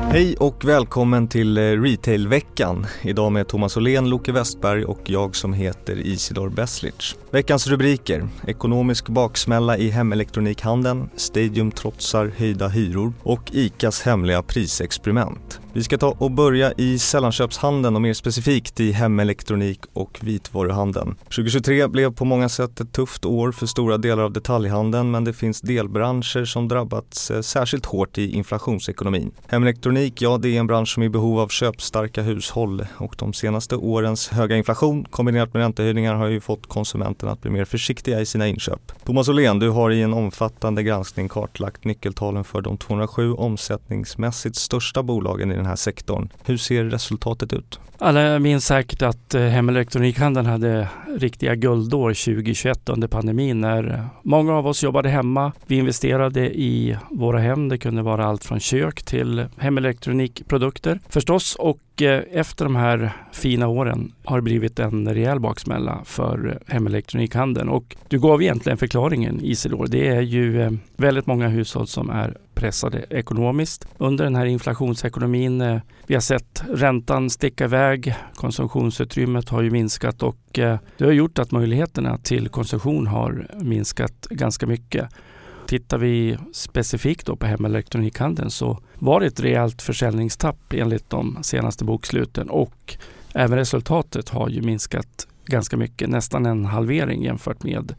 Hej och välkommen till Retailveckan. Idag med Thomas Åhlén, Loke Westberg och jag som heter Isidor Beslic. Veckans rubriker: ekonomisk baksmälla i hemelektronikhandeln, Stadium trotsar höjda hyror och ICAs hemliga prisexperiment. Vi ska ta och börja i sällanköpshandeln och mer specifikt i hemelektronik och vitvaruhandeln. 2023 blev på många sätt ett tufft år för stora delar av detaljhandeln, men det finns delbranscher som drabbats särskilt hårt i inflationsekonomin. Hemelektronik, ja, det är en bransch som är i behov av köpstarka hushåll, och de senaste årens höga inflation kombinerat med räntehöjningar har ju fått konsumenterna att bli mer försiktiga i sina inköp. Thomas Åhlén, du har i en omfattande granskning kartlagt nyckeltalen för de 207 omsättningsmässigt största bolagen i den här sektorn. Hur ser resultatet ut? Alla minns säkert att hemelektronikhandeln hade riktiga guldår 2021 under pandemin när många av oss jobbade hemma. Vi investerade i våra hem. Det kunde vara allt från kök till hemelektronikprodukter förstås, och efter de här fina åren har det blivit en rejäl baksmälla för hemelektronikhandeln, och du gav egentligen förklaringen, Isidor. Det är ju väldigt många hushåll som är pressade ekonomiskt under den här inflationsekonomin. Vi har sett räntan sticka iväg, konsumtionsutrymmet har ju minskat, och det har gjort att möjligheterna till konsumtion har minskat ganska mycket. Tittar vi specifikt då på hemelektronikhandeln så var det ett rejält försäljningstapp enligt de senaste boksluten, och även resultatet har ju minskat ganska mycket, nästan en halvering jämfört med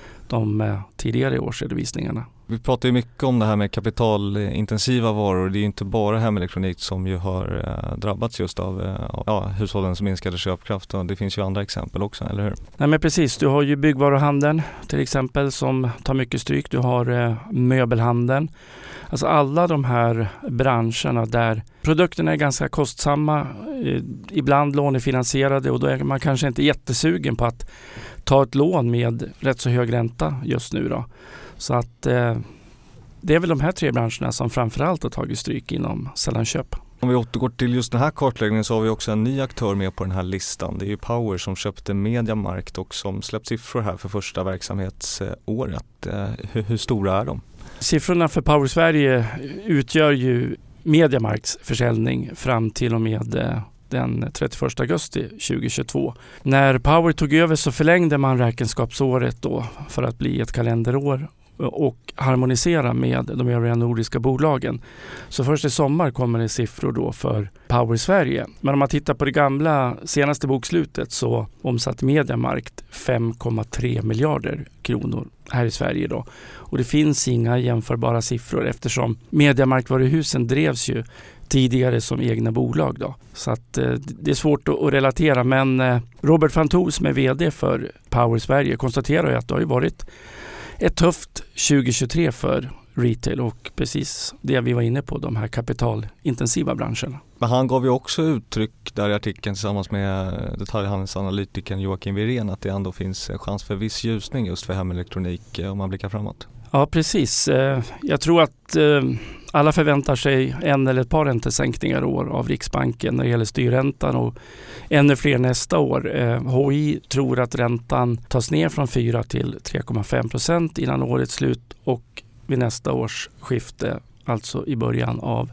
de tidigare årsredovisningarna. Vi pratar ju mycket om det här med kapitalintensiva varor. Det är ju inte bara hemelektronik som ju har drabbats just av hushållens minskade köpkraft. Och det finns ju andra exempel också, eller hur? Nej, men precis, du har ju byggvaruhandeln till exempel som tar mycket stryk. Du har möbelhandeln. Alltså alla de här branscherna där produkterna är ganska kostsamma, ibland lånefinansierade, och då är man kanske inte jättesugen på att ta ett lån med rätt så hög ränta just nu då. Så att det är väl de här tre branscherna som framförallt har tagit stryk inom sällanköp. Om vi återgår till just den här kartläggningen så har vi också en ny aktör med på den här listan. Det är ju Power som köpte Mediamarkt och som släppt siffror här för första verksamhetsåret. Hur stora är de? Siffrorna för Power Sverige utgör ju Mediamarkts försäljning fram till och med den 31 augusti 2022. När Power tog över så förlängde man räkenskapsåret då för att bli ett kalenderår och harmonisera med de övriga nordiska bolagen. Så först i sommar kommer det siffror då för Power Sverige. Men om man tittar på det gamla senaste bokslutet så omsatte Mediamarkt 5,3 miljarder kronor här i Sverige då. Och det finns inga jämförbara siffror eftersom Mediamarktvaruhusen drevs ju tidigare som egna bolag då. Så att det är svårt att relatera, men Robert van Toor som är vd för Power Sverige konstaterar ju att det har ju varit ett tufft 2023 för retail och precis det vi var inne på, de här kapitalintensiva branscherna. Men han gav ju också uttryck där i artikeln tillsammans med detaljhandelsanalytikern Joakim Wirén att det ändå finns chans för viss ljusning just för hemelektronik om man blickar framåt. Ja, precis. Jag tror att alla förväntar sig en eller ett par räntesänkningar år av Riksbanken när det gäller styrräntan och ännu fler nästa år. HI tror att räntan tas ner från 4 till 3,5% innan årets slut och vid nästa års skifte, alltså i början av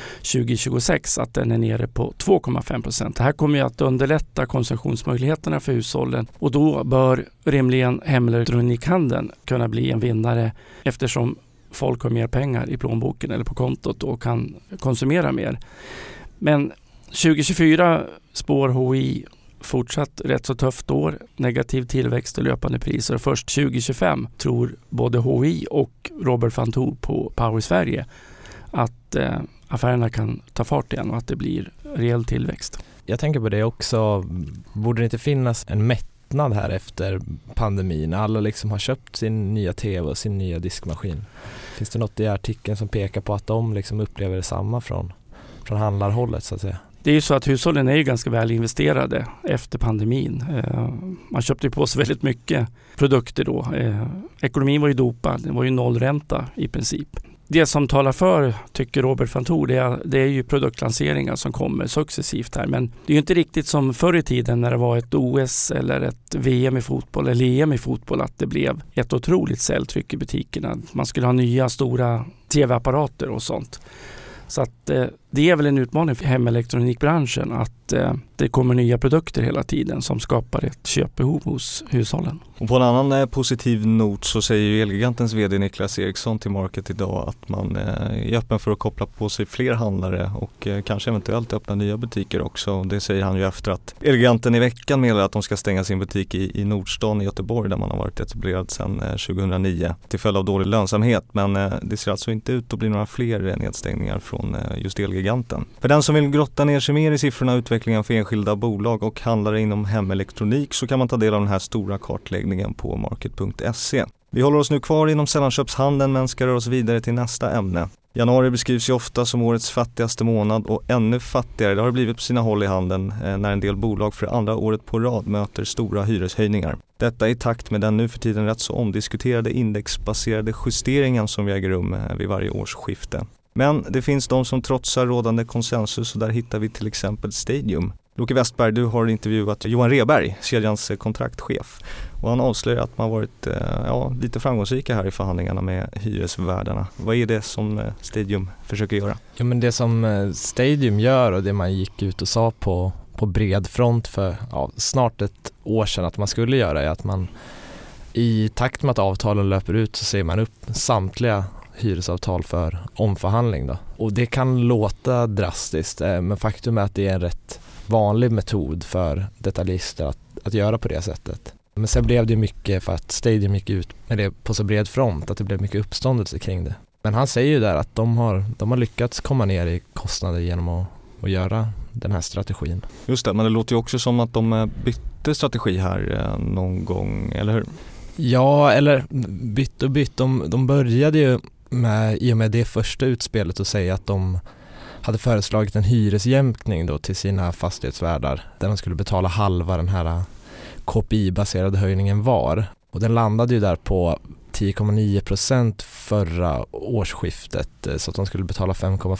2026, att den är nere på 2,5%. Det här kommer ju att underlätta konsumtionsmöjligheterna för hushållen och då bör rimligen hemelektronikhandeln kunna bli en vinnare eftersom folk har mer pengar i plånboken eller på kontot och kan konsumera mer. Men 2024 spår HI fortsatt rätt så tufft år, negativ tillväxt och löpande priser. Och först 2025 tror både HI och Robert van Toor på Power Sverige att affärerna kan ta fart igen och att det blir reell tillväxt. Jag tänker på det också. Borde det inte finnas en mättnad här efter pandemin? Alla liksom har köpt sin nya tv och sin nya diskmaskin. Finns det något i artikeln som pekar på att de liksom upplever detsamma från handlarhållet så att säga? Det är ju så att hushållen är ju ganska väl investerade efter pandemin. Man köpte ju på sig väldigt mycket produkter då. Ekonomin var ju dopad, det var ju nollränta i princip. Det som talar för, tycker Robert van Toor, det är ju produktlanseringar som kommer successivt här. Men det är ju inte riktigt som förr i tiden när det var ett OS eller ett VM i fotboll eller EM i fotboll att det blev ett otroligt säljtryck i butikerna. Man skulle ha nya stora tv-apparater och sånt. Så att det är väl en utmaning för hemelektronikbranschen att det kommer nya produkter hela tiden som skapar ett köpbehov hos hushållen. Och på en annan positiv not så säger ju Elgigantens vd Niklas Eriksson till Market idag att man är öppen för att koppla på sig fler handlare och kanske eventuellt öppna nya butiker också. Det säger han ju efter att Elgiganten i veckan meddelar att de ska stänga sin butik i Nordstan i Göteborg där man har varit etablerad sedan 2009 till följd av dålig lönsamhet. Men det ser alltså inte ut att bli några fler nedstängningar från just Elgiganten. För den som vill grotta ner sig mer i siffrorna och utvecklingen för enskilda bolag och handlare inom hemelektronik så kan man ta del av den här stora kartläggningen på market.se. Vi håller oss nu kvar inom sällanköpshandeln men ska röra oss vidare till nästa ämne. Januari beskrivs ju ofta som årets fattigaste månad och ännu fattigare det har det blivit på sina håll i handeln när en del bolag för andra året på rad möter stora hyreshöjningar. Detta i takt med den nu för tiden rätt så omdiskuterade indexbaserade justeringen som äger rum vid varje årsskifte. Men det finns de som trotsar rådande konsensus och där hittar vi till exempel Stadium. Loke Westberg, du har intervjuat Johan Rheberg, kedjans kontraktchef. Och han avslöjar att man varit lite framgångsrika här i förhandlingarna med hyresvärdarna. Vad är det som Stadium försöker göra? Ja, men det som Stadium gör och det man gick ut och sa på bred front för snart ett år sedan att man skulle göra är att man i takt med att avtalen löper ut så ser man upp samtliga hyresavtal för omförhandling då. Och det kan låta drastiskt men faktum är att det är en rätt vanlig metod för detaljister att göra på det sättet. Men sen blev det mycket för att Stadium gick ut med det på så bred front att det blev mycket uppståndelse kring det. Men han säger ju där att de har lyckats komma ner i kostnader genom att göra den här strategin. Just det, men det låter ju också som att de bytte strategi här någon gång, eller hur? Ja, eller bytt. De började ju i och med det första utspelet att säga att de hade föreslagit en hyresjämkning då till sina fastighetsvärdar där de skulle betala halva den här KPI-baserade höjningen var. Och den landade ju där på 10,9% förra årsskiftet så att de skulle betala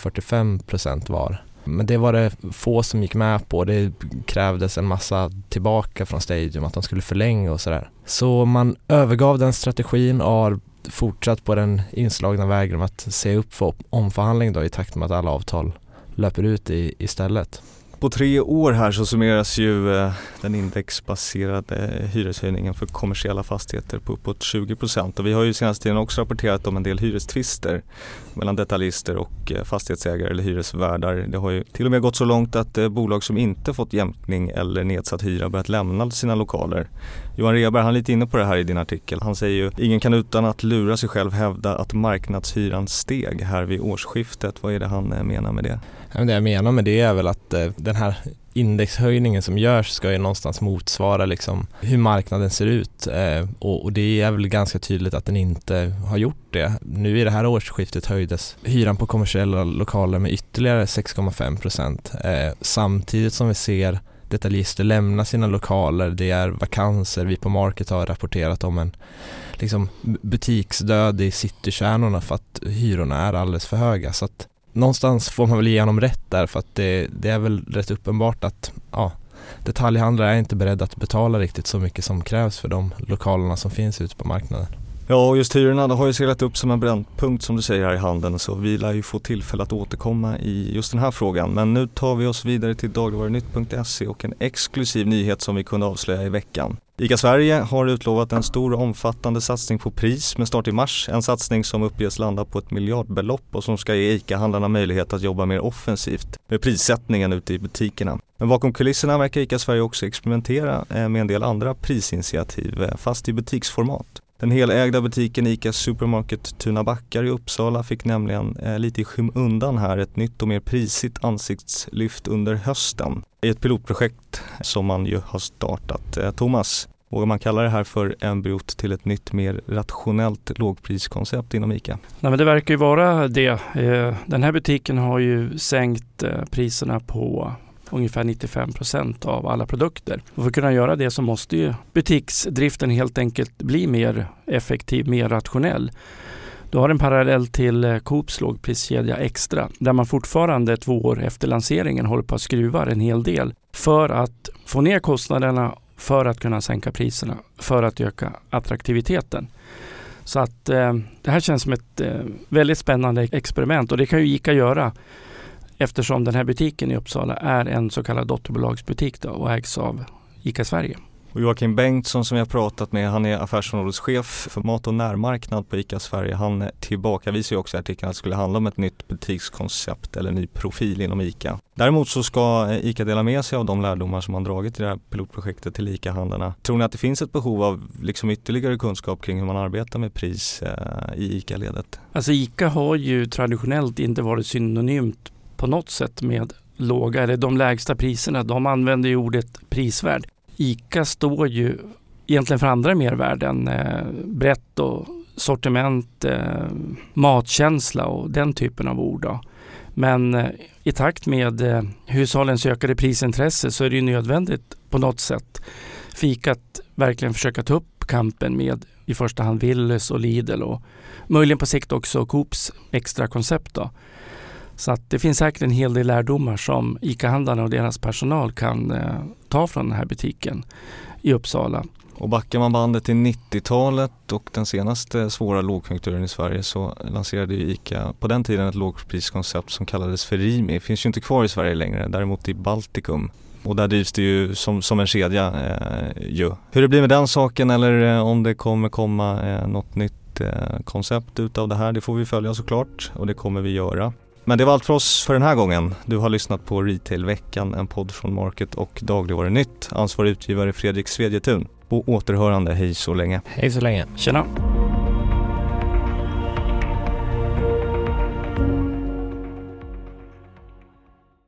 5,45% var. Men det var det få som gick med på. Det krävdes en massa tillbaka från Stadium att de skulle förlänga och sådär. Så man övergav den strategin och har fortsatt på den inslagna vägen om att se upp för omförhandling då, i takt med att alla avtal löper ut istället. På 3 år här så summeras ju den indexbaserade hyreshöjningen för kommersiella fastigheter på uppåt 20%. Och vi har ju senaste tiden också rapporterat om en del hyrestvister mellan detaljister och fastighetsägare eller hyresvärdar. Det har ju till och med gått så långt att bolag som inte fått jämkning eller nedsatt hyra börjat lämna sina lokaler. Johan Rheberg, han är lite inne på det här i din artikel. Han säger ju, ingen kan utan att lura sig själv hävda att marknadshyran steg här vid årsskiftet. Vad är det han menar med det? Det jag menar med det är väl att den här indexhöjningen som görs ska ju någonstans motsvara liksom hur marknaden ser ut och det är väl ganska tydligt att den inte har gjort det. Nu i det här årsskiftet höjdes hyran på kommersiella lokaler med ytterligare 6,5%. Samtidigt som vi ser detaljister lämna sina lokaler, det är vakanser. Vi på Market har rapporterat om en liksom butiksdöd i citykärnorna för att hyrorna är alldeles för höga. Så att någonstans får man väl ge honom rätt där, för att det är väl rätt uppenbart att detaljhandlare är inte beredda att betala riktigt så mycket som krävs för de lokalerna som finns ute på marknaden. Ja, och just hyrorna har ju seglat upp som en brännpunkt som du säger här i handeln, så vi lär ju få tillfälle att återkomma i just den här frågan. Men nu tar vi oss vidare till dagligvarunytt.se och en exklusiv nyhet som vi kunde avslöja i veckan. ICA Sverige har utlovat en stor och omfattande satsning på pris med start i mars. En satsning som uppges landa på ett miljardbelopp och som ska ge ICA-handlarna möjlighet att jobba mer offensivt med prissättningen ute i butikerna. Men bakom kulisserna verkar ICA Sverige också experimentera med en del andra prisinitiativ, fast i butiksformat. Den helägda butiken ICA Supermarket Tunabackar i Uppsala fick nämligen lite i skymundan här ett nytt och mer prisigt ansiktslyft under hösten i ett pilotprojekt som man ju har startat. Thomas, vågar man kalla det här för embryot till ett nytt mer rationellt lågpriskoncept inom ICA? Nej, men det verkar ju vara det. Den här butiken har ju sänkt priserna på ungefär 95% av alla produkter. Och för att kunna göra det så måste ju butiksdriften helt enkelt bli mer effektiv, mer rationell. Du har en parallell till Coops lågpriskedja Extra, där man fortfarande 2 år efter lanseringen håller på att skruva en hel del för att få ner kostnaderna, för att kunna sänka priserna, för att öka attraktiviteten. Så att det här känns som ett väldigt spännande experiment, och det kan ju ICA göra eftersom den här butiken i Uppsala är en så kallad dotterbolagsbutik då, och ägs av ICA Sverige. Och Joakim Bengtsson som vi har pratat med, han är affärsområdeschef för mat- och närmarknad på ICA Sverige. Han tillbakavisar ju också i artikeln att det skulle handla om ett nytt butikskoncept eller ny profil inom ICA. Däremot så ska ICA dela med sig av de lärdomar som man dragit i det här pilotprojektet till ICA-handlarna. Tror ni att det finns ett behov av liksom ytterligare kunskap kring hur man arbetar med pris i ICA-ledet? Alltså ICA har ju traditionellt inte varit synonymt på något sätt med låga eller de lägsta priserna. De använder ju ordet prisvärd. ICA står ju egentligen för andra mervärden, brett och sortiment, matkänsla och den typen av ord då. Men i takt med hushållens ökade prisintresse så är det ju nödvändigt på något sätt för ICA att verkligen försöka ta upp kampen med i första hand Willys och Lidl och möjligen på sikt också Coops extra koncept då. Så att det finns säkert en hel del lärdomar som ICA-handlarna och deras personal kan ta från den här butiken i Uppsala. Och backar man bandet till 90-talet och den senaste svåra lågkonjunkturen i Sverige så lanserade ju ICA på den tiden ett lågpriskoncept som kallades för Rimi. Det finns ju inte kvar i Sverige längre, däremot i Baltikum. Och där drivs det ju som en kedja ju. Hur det blir med den saken eller om det kommer komma något nytt koncept utav det här, det får vi följa såklart och det kommer vi göra. Men det var allt för oss för den här gången. Du har lyssnat på Retailveckan, en podd från Market och Dagligvarunytt. Ansvarig utgivare Fredrik Svedjetun. På återhörande, hej så länge. Hej så länge. Tjena.